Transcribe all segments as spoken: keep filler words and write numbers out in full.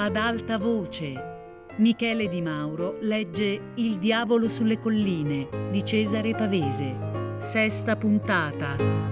ad alta voce. Michele Di Mauro legge Il diavolo sulle colline di Cesare Pavese. Sesta puntata.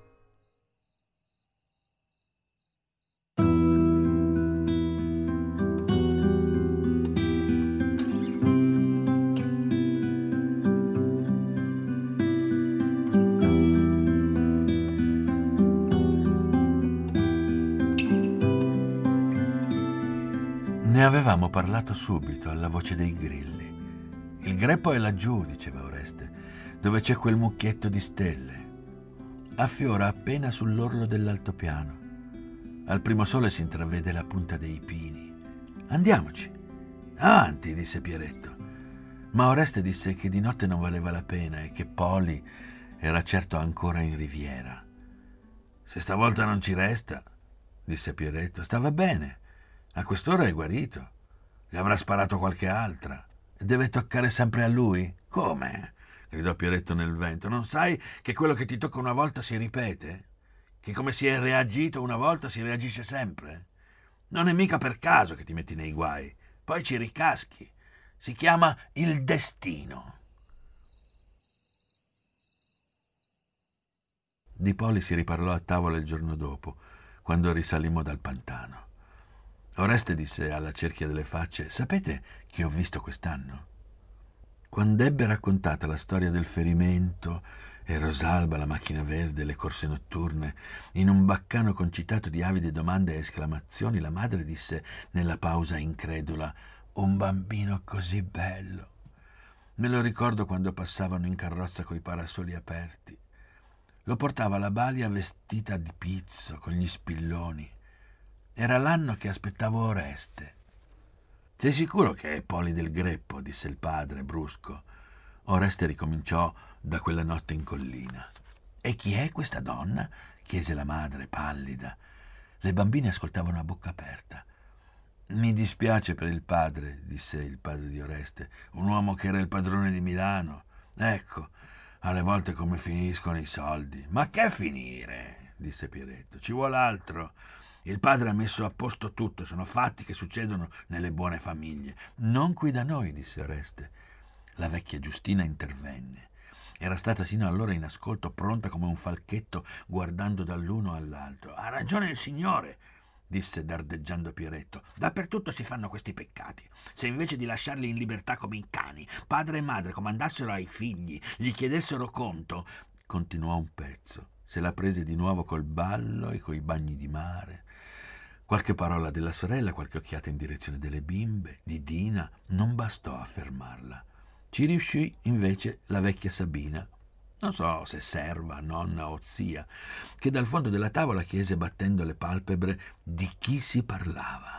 Ne avevamo parlato subito alla voce dei grilli. Il greppo è laggiù, diceva Oreste, dove c'è quel mucchietto di stelle. Affiora appena sull'orlo dell'altopiano. Al primo sole si intravede la punta dei pini. Andiamoci. Avanti, disse Pieretto. Ma Oreste disse che di notte non valeva la pena e che Poli era certo ancora in riviera. Se stavolta non ci resta, disse Pieretto, stava bene. A quest'ora è guarito. Gli avrà sparato qualche altra. E deve toccare sempre a lui? Come? Gridò Pieretto nel vento. Non sai che quello che ti tocca una volta si ripete? Che come si è reagito una volta si reagisce sempre? Non è mica per caso che ti metti nei guai. Poi ci ricaschi. Si chiama il destino. Di Poli si riparlò a tavola il giorno dopo, quando risalimmo dal pantano. Oreste disse alla cerchia delle facce: sapete chi ho visto quest'anno? Quando ebbe raccontata la storia del ferimento e Rosalba, la macchina verde, le corse notturne, in un baccano concitato di avide domande e esclamazioni, la madre disse nella pausa incredula: un bambino così bello. Me lo ricordo quando passavano in carrozza coi parasoli aperti. Lo portava la balia vestita di pizzo, con gli spilloni. Era l'anno che aspettavo Oreste. Sei sicuro che è Poli del Greppo? Disse il padre, brusco. Oreste ricominciò da quella notte in collina. E chi è questa donna? Chiese la madre, pallida. Le bambine ascoltavano a bocca aperta. Mi dispiace per il padre, disse il padre di Oreste, un uomo che era il padrone di Milano. Ecco, alle volte come finiscono i soldi. Ma che finire? Disse Pieretto. Ci vuole altro. Il padre ha messo a posto tutto, sono fatti che succedono nelle buone famiglie. Non qui da noi, disse Oreste. La vecchia Giustina intervenne. Era stata sino allora in ascolto, pronta come un falchetto, guardando dall'uno all'altro. Ha ragione il signore, disse dardeggiando Pieretto. Dappertutto si fanno questi peccati. Se invece di lasciarli in libertà come i cani, padre e madre comandassero ai figli, gli chiedessero conto, continuò un pezzo. Se la prese di nuovo col ballo e coi bagni di mare. Qualche parola della sorella, qualche occhiata in direzione delle bimbe, di Dina, non bastò a fermarla. Ci riuscì invece la vecchia Sabina, non so se serva, nonna o zia, che dal fondo della tavola chiese battendo le palpebre di chi si parlava.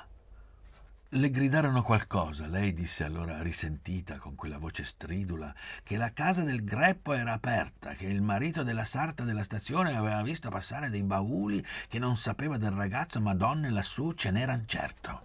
Le gridarono qualcosa. Lei disse allora risentita, con quella voce stridula, che la casa del Greppo era aperta, che il marito della sarta della stazione aveva visto passare dei bauli, che non sapeva del ragazzo, ma donne lassù ce n'eran certo.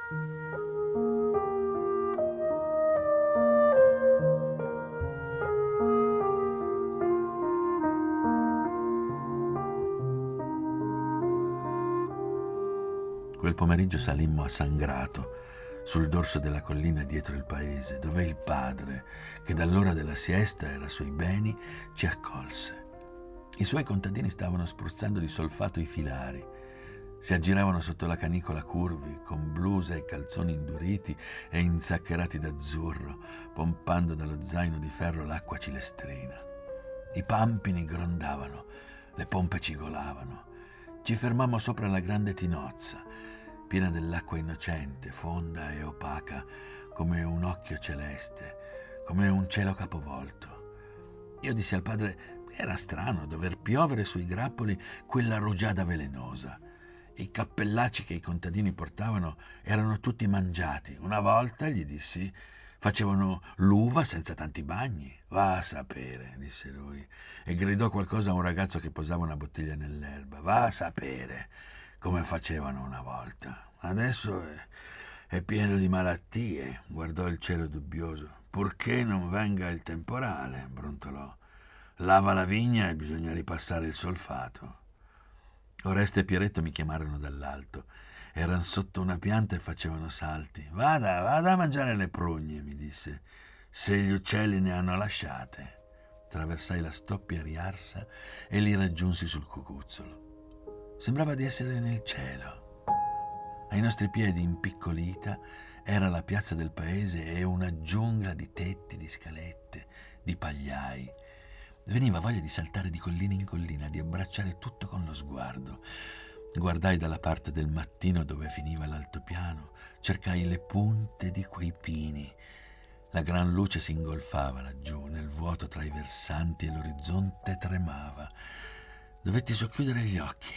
Quel pomeriggio salimmo a Sangrato, sul dorso della collina dietro il paese, dove il padre, che dall'ora della siesta era sui beni, ci accolse. I suoi contadini stavano spruzzando di solfato i filari. Si aggiravano sotto la canicola curvi, con blusa e calzoni induriti e inzaccherati d'azzurro, pompando dallo zaino di ferro l'acqua cilestrina. I pampini grondavano, le pompe cigolavano. Ci fermammo sopra la grande tinozza, piena dell'acqua innocente, fonda e opaca, come un occhio celeste, come un cielo capovolto. Io dissi al padre che era strano dover piovere sui grappoli quella rugiada velenosa. I cappellacci che i contadini portavano erano tutti mangiati. Una volta, gli dissi, facevano l'uva senza tanti bagni. Va a sapere, disse lui, e gridò qualcosa a un ragazzo che posava una bottiglia nell'erba. Va a sapere come facevano una volta. Adesso è, è pieno di malattie. Guardò il cielo dubbioso. Purché non venga il temporale, brontolò. Lava la vigna e bisogna ripassare il solfato. Oreste e Pieretto mi chiamarono dall'alto Erano sotto una pianta e facevano salti. Vada, vada a mangiare le prugne, mi disse, se gli uccelli ne hanno lasciate. Attraversai la stoppia riarsa e li raggiunsi sul cucuzzolo. Sembrava di essere nel cielo. Ai nostri piedi, impiccolita, era la piazza del paese e una giungla di tetti, di scalette, di pagliai. Veniva voglia di saltare di collina in collina, di abbracciare tutto con lo sguardo. Guardai dalla parte del mattino dove finiva l'altopiano, cercai le punte di quei pini. La gran luce si ingolfava laggiù, nel vuoto tra i versanti, e l'orizzonte tremava. Dovetti socchiudere gli occhi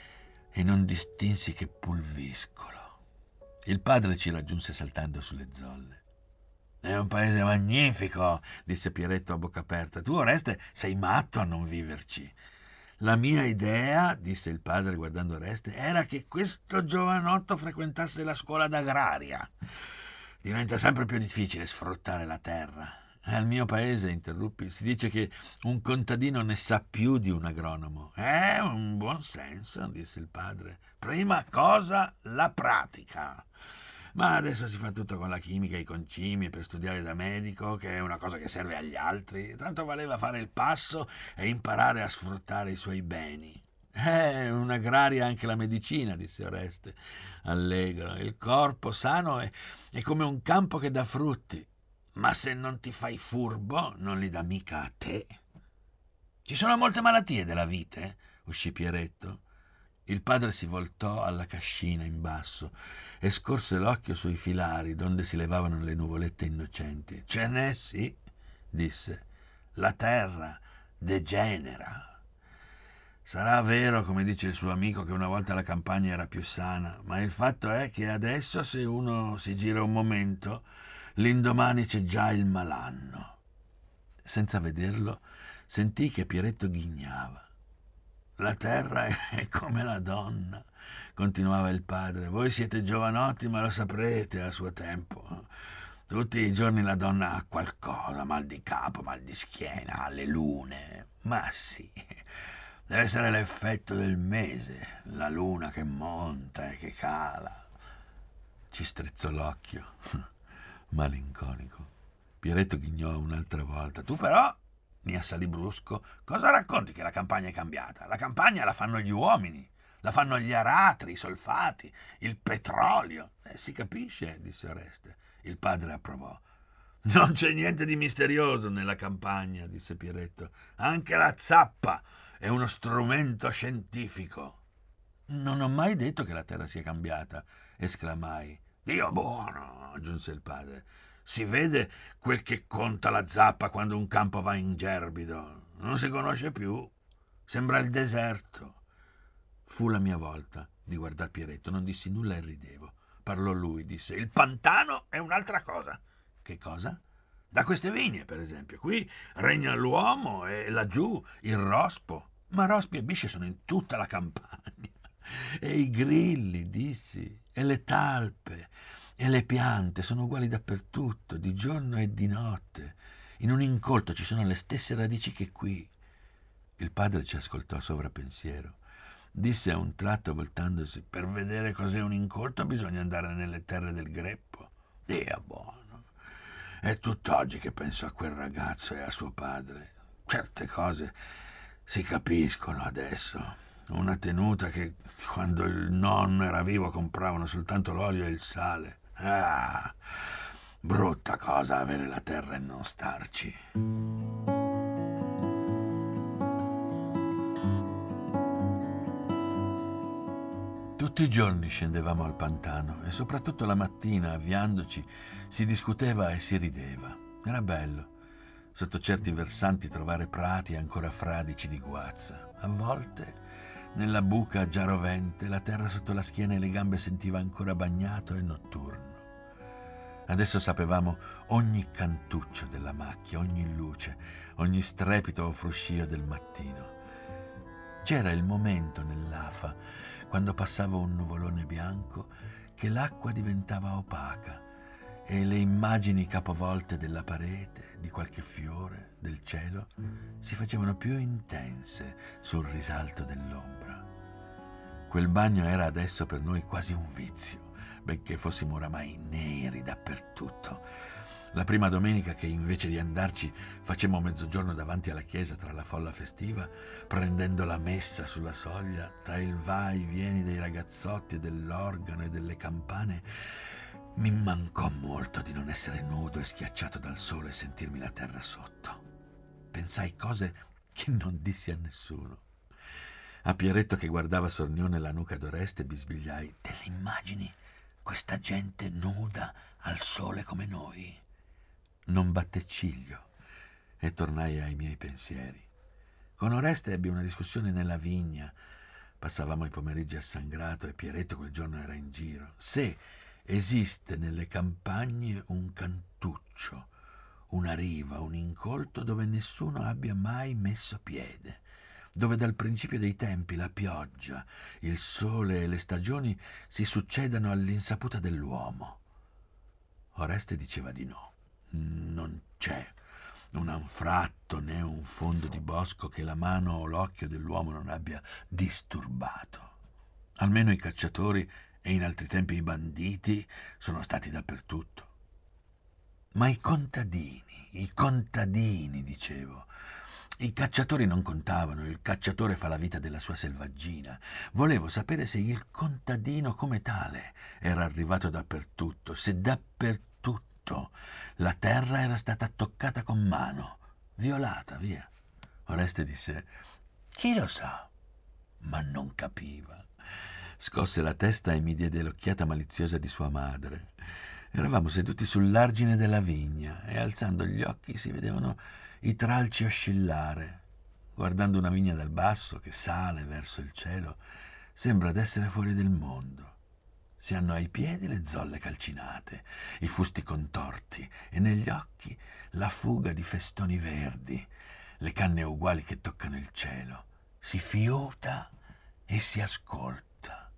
e non distinsi che pulviscolo. Il padre ci raggiunse saltando sulle zolle. «È un paese magnifico», disse Pieretto a bocca aperta. «Tu, Oreste, sei matto a non viverci». «La mia idea», disse il padre guardando Oreste, «era che questo giovanotto frequentasse la scuola d'agraria. Diventa sempre più difficile sfruttare la terra. Al mio paese», interruppi, «si dice che un contadino ne sa più di un agronomo». «È un buon senso», disse il padre. «Prima cosa la pratica. Ma adesso si fa tutto con la chimica e i concimi per studiare da medico, che è una cosa che serve agli altri. Tanto valeva fare il passo e imparare a sfruttare i suoi beni». «È un'agraria anche la medicina», disse Oreste, allegro. «Il corpo sano è, è come un campo che dà frutti, ma se non ti fai furbo non li dà mica a te». «Ci sono molte malattie della vite?» uscì Pieretto. Il padre si voltò alla cascina in basso e scorse l'occhio sui filari donde si levavano le nuvolette innocenti. «Ce n'è, sì», disse. «La terra degenera. Sarà vero, come dice il suo amico, che una volta la campagna era più sana, ma il fatto è che adesso, se uno si gira un momento, l'indomani c'è già il malanno». Senza vederlo, sentì che Pieretto ghignava. «La terra è come la donna», continuava il padre. «Voi siete giovanotti, ma lo saprete a suo tempo. Tutti i giorni la donna ha qualcosa, mal di capo, mal di schiena, ha le lune. Ma sì, deve essere l'effetto del mese, la luna che monta e che cala». Ci strizzò l'occhio, malinconico. Pieretto ghignò un'altra volta. «Tu però», mi assalì brusco, «cosa racconti che la campagna è cambiata? La campagna la fanno gli uomini, la fanno gli aratri, i solfati, il petrolio». Eh, si capisce, disse Oreste. Il padre approvò. «Non c'è niente di misterioso nella campagna», disse Pieretto. «Anche la zappa è uno strumento scientifico». «Non ho mai detto che la terra sia cambiata», esclamai. «Dio buono», aggiunse il padre. «Si vede quel che conta la zappa quando un campo va in gerbido. Non si conosce più. Sembra il deserto». Fu la mia volta di guardar Pieretto. Non dissi nulla e ridevo. Parlò lui, disse: «Il pantano è un'altra cosa». «Che cosa?» «Da queste vigne, per esempio. Qui regna l'uomo e laggiù il rospo. Ma rospi e bisce sono in tutta la campagna. E i grilli», dissi, «e le talpe. E le piante sono uguali dappertutto, di giorno e di notte. In un incolto ci sono le stesse radici che qui». Il padre ci ascoltò sovrappensiero. Disse a un tratto, voltandosi: «Per vedere cos'è un incolto bisogna andare nelle terre del Greppo». Dio buono. È tutt'oggi che penso a quel ragazzo e a suo padre. Certe cose si capiscono adesso. Una tenuta che, quando il nonno era vivo, compravano soltanto l'olio e il sale. Ah, brutta cosa avere la terra e non starci». Tutti i giorni scendevamo al pantano e soprattutto la mattina, avviandoci, si discuteva e si rideva. Era bello, sotto certi versanti, trovare prati ancora fradici di guazza. A volte, nella buca già rovente, la terra sotto la schiena e le gambe sentiva ancora bagnato e notturno. Adesso sapevamo ogni cantuccio della macchia, ogni luce, ogni strepito o fruscio del mattino. C'era il momento nell'afa, quando passava un nuvolone bianco, che l'acqua diventava opaca e le immagini capovolte della parete, di qualche fiore, del cielo, si facevano più intense sul risalto dell'ombra. Quel bagno era adesso per noi quasi un vizio, benché fossimo oramai neri dappertutto. La prima domenica che invece di andarci facemmo mezzogiorno davanti alla chiesa tra la folla festiva, prendendo la messa sulla soglia, tra il vai vieni dei ragazzotti e dell'organo e delle campane, mi mancò molto di non essere nudo e schiacciato dal sole e sentirmi la terra sotto. Pensai cose che non dissi a nessuno. A Pieretto che guardava sornione la nuca d'Oreste bisbigliai: «Te le immagini questa gente nuda al sole come noi?» Non batte ciglio e tornai ai miei pensieri. Con Oreste ebbi una discussione nella vigna. Passavamo i pomeriggi a San Grato e Pieretto quel giorno era in giro. Se esiste nelle campagne un cantuccio, una riva, un incolto dove nessuno abbia mai messo piede, dove dal principio dei tempi la pioggia, il sole e le stagioni si succedano all'insaputa dell'uomo. Oreste diceva di no. Non c'è un anfratto né un fondo di bosco che la mano o l'occhio dell'uomo non abbia disturbato. Almeno i cacciatori e in altri tempi i banditi sono stati dappertutto. Ma i contadini, i contadini, dicevo. I cacciatori non contavano, il cacciatore fa la vita della sua selvaggina. Volevo sapere se il contadino come tale era arrivato dappertutto, se dappertutto la terra era stata toccata con mano, violata, via. Oreste disse: «Chi lo sa?» Ma non capiva. Scosse la testa e mi diede l'occhiata maliziosa di sua madre. Eravamo seduti sull'argine della vigna e alzando gli occhi si vedevano i tralci oscillare. Guardando una vigna dal basso che sale verso il cielo, sembra d'essere fuori del mondo. Si hanno ai piedi le zolle calcinate, i fusti contorti e negli occhi la fuga di festoni verdi, le canne uguali che toccano il cielo. Si fiuta e si ascolta.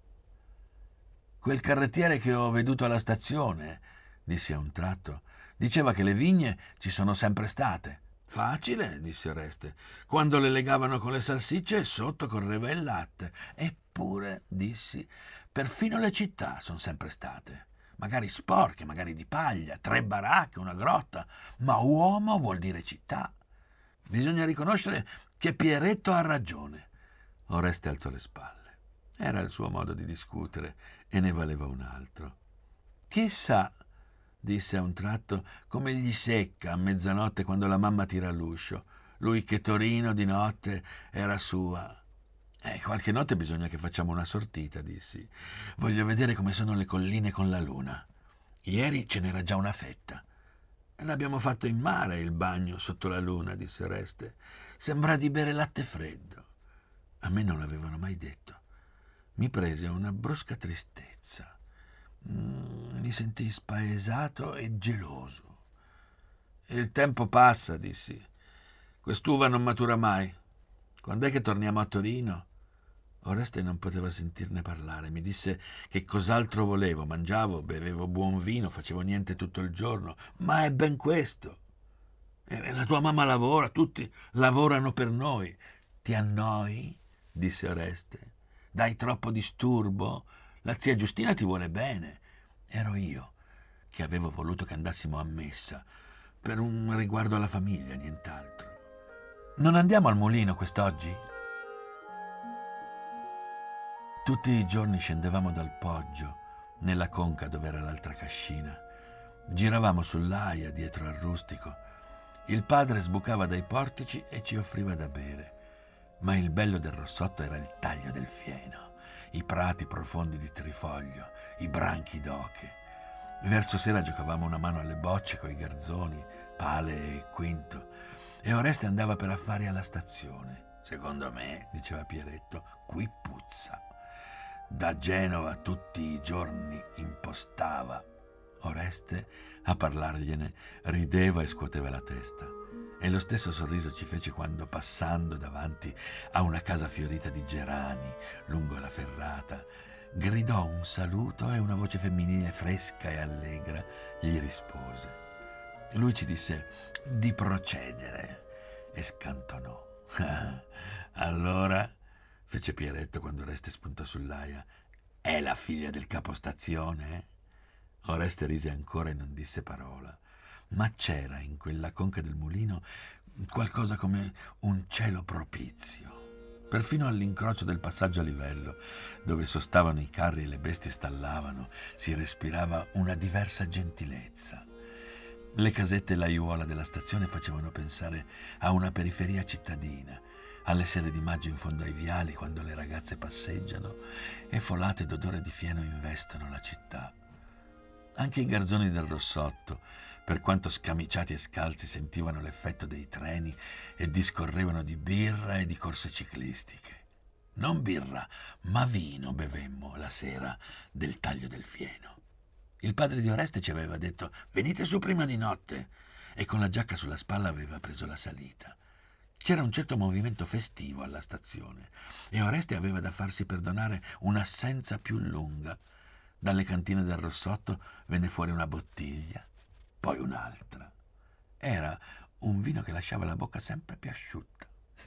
«Quel carrettiere che ho veduto alla stazione», dissi a un tratto, «diceva che le vigne ci sono sempre state». «Facile», disse Oreste, «quando le legavano con le salsicce sotto correva il latte». «Eppure», dissi, «perfino le città sono sempre state, magari sporche, magari di paglia, tre baracche, una grotta, ma uomo vuol dire città. Bisogna riconoscere che Pieretto ha ragione». Oreste alzò le spalle. Era il suo modo di discutere e ne valeva un altro. «Chissà», disse a un tratto, «come gli secca a mezzanotte quando la mamma tira all'uscio. Lui che Torino di notte era sua». Eh, qualche notte bisogna che facciamo una sortita, dissi. Voglio vedere come sono le colline con la luna. Ieri ce n'era già una fetta. L'abbiamo fatto in mare il bagno sotto la luna, disse Oreste. Sembra di bere latte freddo. A me non l'avevano mai detto. Mi prese una brusca tristezza. Mm, mi sentii spaesato e geloso. Il tempo passa, dissi. Quest'uva non matura mai. Quando è che torniamo a Torino? Oreste non poteva sentirne parlare. Mi disse che cos'altro volevo. Mangiavo, bevevo buon vino, facevo niente tutto il giorno. Ma è ben questo. E la tua mamma lavora, tutti lavorano per noi. Ti annoi? Disse Oreste. Dai troppo disturbo? La zia Giustina ti vuole bene. Ero io che avevo voluto che andassimo a messa per un riguardo alla famiglia, nient'altro. Non andiamo al mulino quest'oggi? Tutti i giorni scendevamo dal poggio, nella conca dove era l'altra cascina. Giravamo sull'aia dietro al rustico. Il padre sbucava dai portici e ci offriva da bere. Ma il bello del Rossotto era il taglio del fieno, i prati profondi di trifoglio, i branchi d'oche. Verso sera giocavamo una mano alle bocce coi garzoni, Pale e Quinto, e Oreste andava per affari alla stazione. Secondo me, diceva Pieretto, qui puzza. Da Genova tutti i giorni impostava. Oreste, a parlargliene, rideva e scuoteva la testa. E lo stesso sorriso ci fece quando, passando davanti a una casa fiorita di gerani lungo la ferrata, gridò un saluto e una voce femminile fresca e allegra gli rispose. Lui ci disse di procedere e scantonò. Allora fece Pieretto quando Oreste spuntò sull'aia. È la figlia del capostazione, eh? Oreste rise ancora e non disse parola. Ma c'era in quella conca del mulino qualcosa come un cielo propizio. Perfino all'incrocio del passaggio a livello, dove sostavano i carri e le bestie stallavano, si respirava una diversa gentilezza. Le casette e l'aiuola della stazione facevano pensare a una periferia cittadina, alle sere di maggio in fondo ai viali quando le ragazze passeggiano e folate d'odore di fieno investono la città. Anche i garzoni del Rossotto, per quanto scamiciati e scalzi, sentivano l'effetto dei treni e discorrevano di birra e di corse ciclistiche. Non birra, ma vino bevemmo la sera del Taglio del Fieno. Il padre di Oreste ci aveva detto «Venite su prima di notte» e con la giacca sulla spalla aveva preso la salita. C'era un certo movimento festivo alla stazione e Oreste aveva da farsi perdonare un'assenza più lunga. Dalle cantine del Rossotto venne fuori una bottiglia, poi un'altra. Era un vino che lasciava la bocca sempre più asciutta.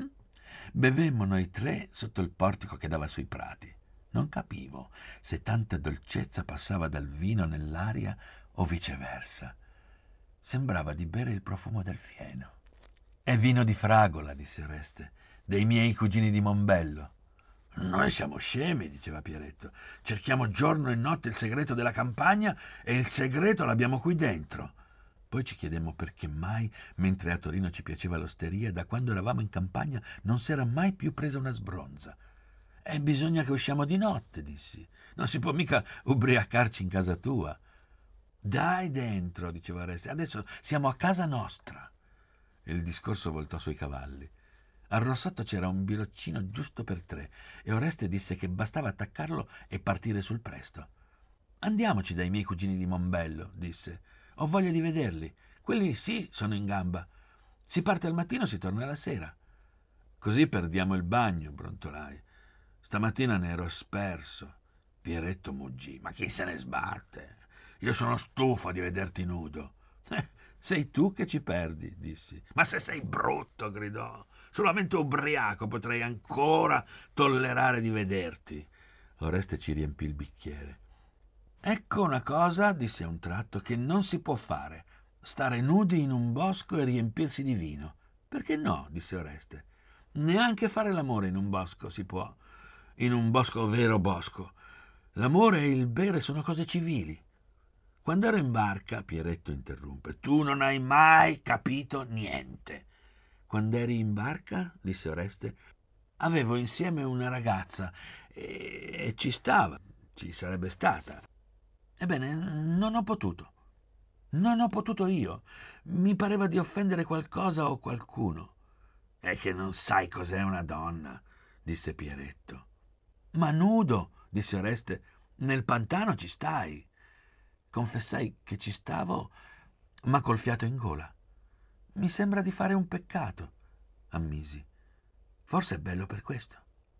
Bevemmo noi tre sotto il portico che dava sui prati. Non capivo se tanta dolcezza passava dal vino nell'aria o viceversa. Sembrava di bere il profumo del fieno. «È vino di fragola», disse Oreste, «dei miei cugini di Mombello». «Noi siamo scemi», diceva Pieretto. «Cerchiamo giorno e notte il segreto della campagna e il segreto l'abbiamo qui dentro». Poi ci chiedemmo perché mai, mentre a Torino ci piaceva l'osteria, da quando eravamo in campagna non s'era mai più presa una sbronza. «E bisogna che usciamo di notte», dissi. «Non si può mica ubriacarci in casa tua». «Dai dentro», diceva Oreste, «adesso siamo a casa nostra». Il discorso voltò sui cavalli. Al Rossotto c'era un biroccino giusto per tre e Oreste disse che bastava attaccarlo e partire sul presto. «Andiamoci dai miei cugini di Mombello», disse. «Ho voglia di vederli. Quelli sì sono in gamba. Si parte al mattino, si torna la sera». «Così perdiamo il bagno», brontolai. «Stamattina ne ero sperso». Pieretto muggì. «Ma chi se ne sbatte? Io sono stufo di vederti nudo». Eh, «sei tu che ci perdi», dissi. «Ma se sei brutto», gridò. «Solamente ubriaco potrei ancora tollerare di vederti». Oreste ci riempì il bicchiere. «Ecco una cosa», disse a un tratto, «che non si può fare. Stare nudi in un bosco e riempirsi di vino». «Perché no?» disse Oreste. «Neanche fare l'amore in un bosco si può. In un bosco vero bosco. L'amore e il bere sono cose civili». «Quando ero in barca», Pieretto interruppe, «tu non hai mai capito niente». «Quando eri in barca», disse Oreste, «avevo insieme una ragazza e, e ci stava, ci sarebbe stata. Ebbene, non ho potuto. Non ho potuto io. Mi pareva di offendere qualcosa o qualcuno». «È che non sai cos'è una donna», disse Pieretto. «Ma nudo», disse Oreste, «nel pantano ci stai». Confessai che ci stavo, ma col fiato in gola. «Mi sembra di fare un peccato», ammisi. «Forse è bello per questo».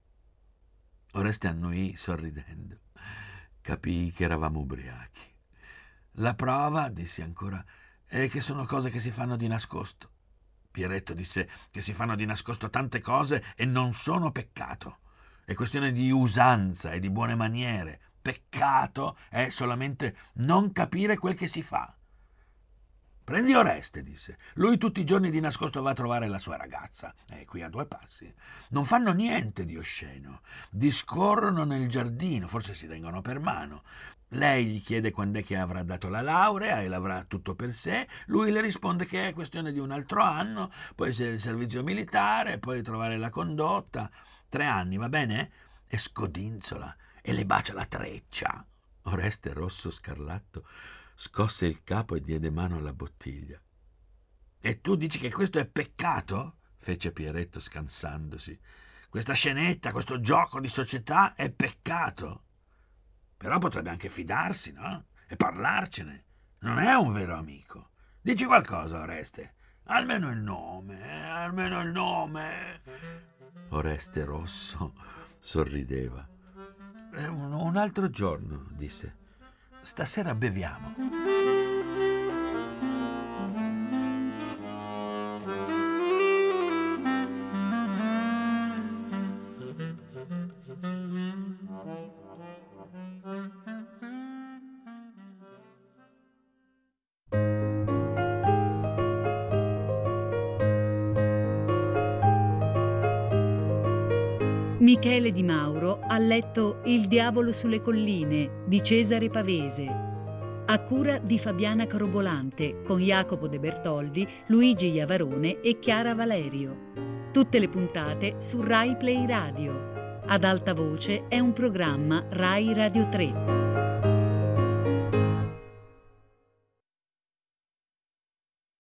Oreste annuì sorridendo. Capii che eravamo ubriachi. «La prova», dissi ancora, «è che sono cose che si fanno di nascosto». Pieretto disse che si fanno di nascosto tante cose e non sono peccato. È questione di usanza e di buone maniere. Peccato è solamente non capire quel che si fa. «Prendi Oreste», disse. «Lui tutti i giorni di nascosto va a trovare la sua ragazza. È qui a due passi. Non fanno niente di osceno. Discorrono nel giardino, forse si tengono per mano. Lei gli chiede quando è che avrà dato la laurea e l'avrà tutto per sé. Lui le risponde che è questione di un altro anno, poi se il servizio militare, poi trovare la condotta. Tre anni, va bene? E scodinzola e le bacia la treccia». Oreste, rosso scarlatto, scosse il capo e diede mano alla bottiglia. «E tu dici che questo è peccato?» fece Pieretto scansandosi. «Questa scenetta, questo gioco di società è peccato? Però potrebbe anche fidarsi, no? E parlarcene. Non è un vero amico. Dici qualcosa, Oreste. Almeno il nome, eh? almeno il nome». Oreste, rosso, sorrideva. «Un, un altro giorno», disse. «Stasera beviamo». Michele Di Mauro ha letto Il diavolo sulle colline di Cesare Pavese, a cura di Fabiana Carobolante, con Jacopo De Bertoldi, Luigi Iavarone e Chiara Valerio. Tutte le puntate su Rai Play Radio. Ad alta voce è un programma Rai Radio tre.